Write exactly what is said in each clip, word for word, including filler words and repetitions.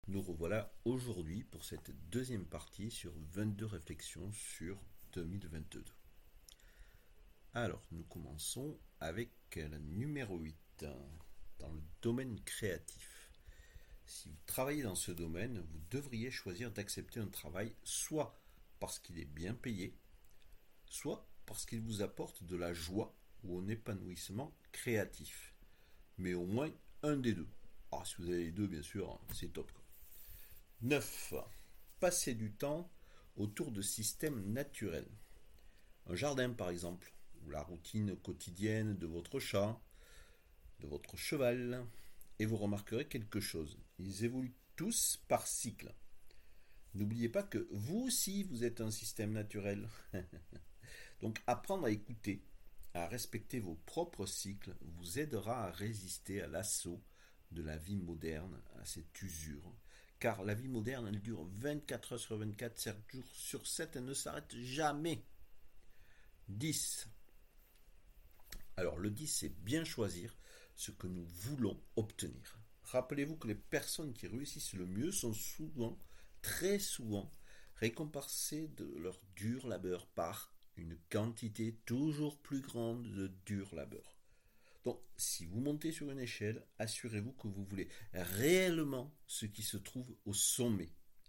Nous revoilà aujourd'hui pour cette deuxième partie sur vingt-deux réflexions sur deux mille vingt-deux. Alors, nous commençons avec la numéro huit, dans le domaine créatif. Si vous travaillez dans ce domaine, vous devriez choisir d'accepter un travail soit parce qu'il est bien payé, soit parce qu'il vous apporte de la joie ou un épanouissement créatif. Mais au moins un des deux. Ah, si vous avez les deux, bien sûr, c'est top. neuf. Passer du temps autour de systèmes naturels. Un jardin, par exemple, ou la routine quotidienne de votre chat, de votre cheval, et vous remarquerez quelque chose. Ils évoluent tous par cycle. N'oubliez pas que vous aussi, vous êtes un système naturel. Donc, apprendre à écouter, à respecter vos propres cycles, vous aidera à résister à l'assaut de la vie moderne, à cette usure. Car la vie moderne, elle dure vingt-quatre heures sur vingt-quatre, sept jours sur sept, elle ne s'arrête jamais. dix. Alors, le dix, c'est bien choisir ce que nous voulons obtenir. Rappelez-vous que les personnes qui réussissent le mieux sont souvent, très souvent, récompensées de leur dur labeur par une quantité toujours plus grande de dur labeur. Donc, si vous montez sur une échelle, assurez-vous que vous voulez réellement ce qui se trouve au sommet.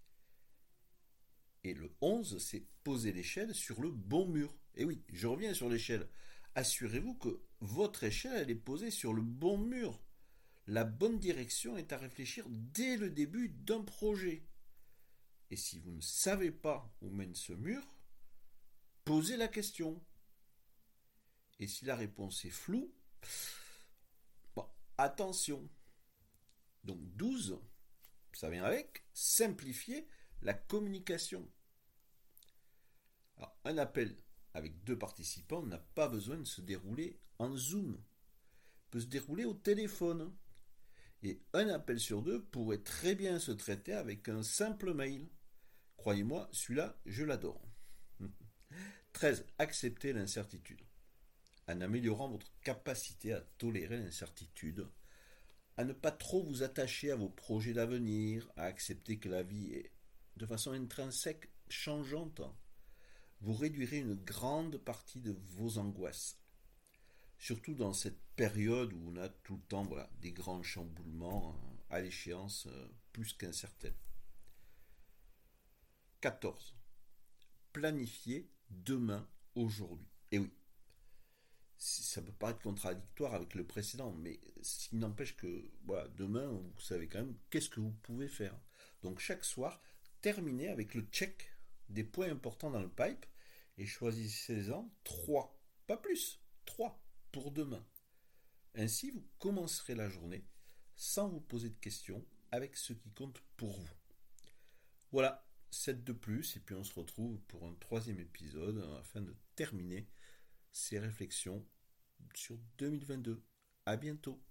Et le onze, c'est poser l'échelle sur le bon mur. Et oui, je reviens sur l'échelle. Assurez-vous que votre échelle, elle est posée sur le bon mur. La bonne direction est à réfléchir dès le début d'un projet. Et si vous ne savez pas où mène ce mur, posez la question. Et si la réponse est floue, bon, attention. Donc douze, ça vient avec simplifier la communication. Alors, un appel avec deux participants n'a pas besoin de se dérouler en Zoom. Il peut se dérouler au téléphone. Et un appel sur deux pourrait très bien se traiter avec un simple mail. Croyez-moi, celui-là, je l'adore. treize. Accepter l'incertitude. En améliorant votre capacité à tolérer l'incertitude, à ne pas trop vous attacher à vos projets d'avenir, à accepter que la vie est de façon intrinsèque changeante, vous réduirez une grande partie de vos angoisses. Surtout dans cette période où on a tout le temps voilà, des grands chamboulements à l'échéance plus qu'incertaine. quatorze. Planifier demain, aujourd'hui. Et oui, ça peut paraître contradictoire avec le précédent, mais il n'empêche que voilà, demain, vous savez quand même qu'est-ce que vous pouvez faire. Donc chaque soir, terminez avec le check des points importants dans le pipe et choisissez-en trois, pas plus, trois pour demain. Ainsi, vous commencerez la journée sans vous poser de questions avec ce qui compte pour vous. Voilà, sept de plus, et puis on se retrouve pour un troisième épisode afin de terminer ces réflexions sur deux mille vingt-deux. À bientôt.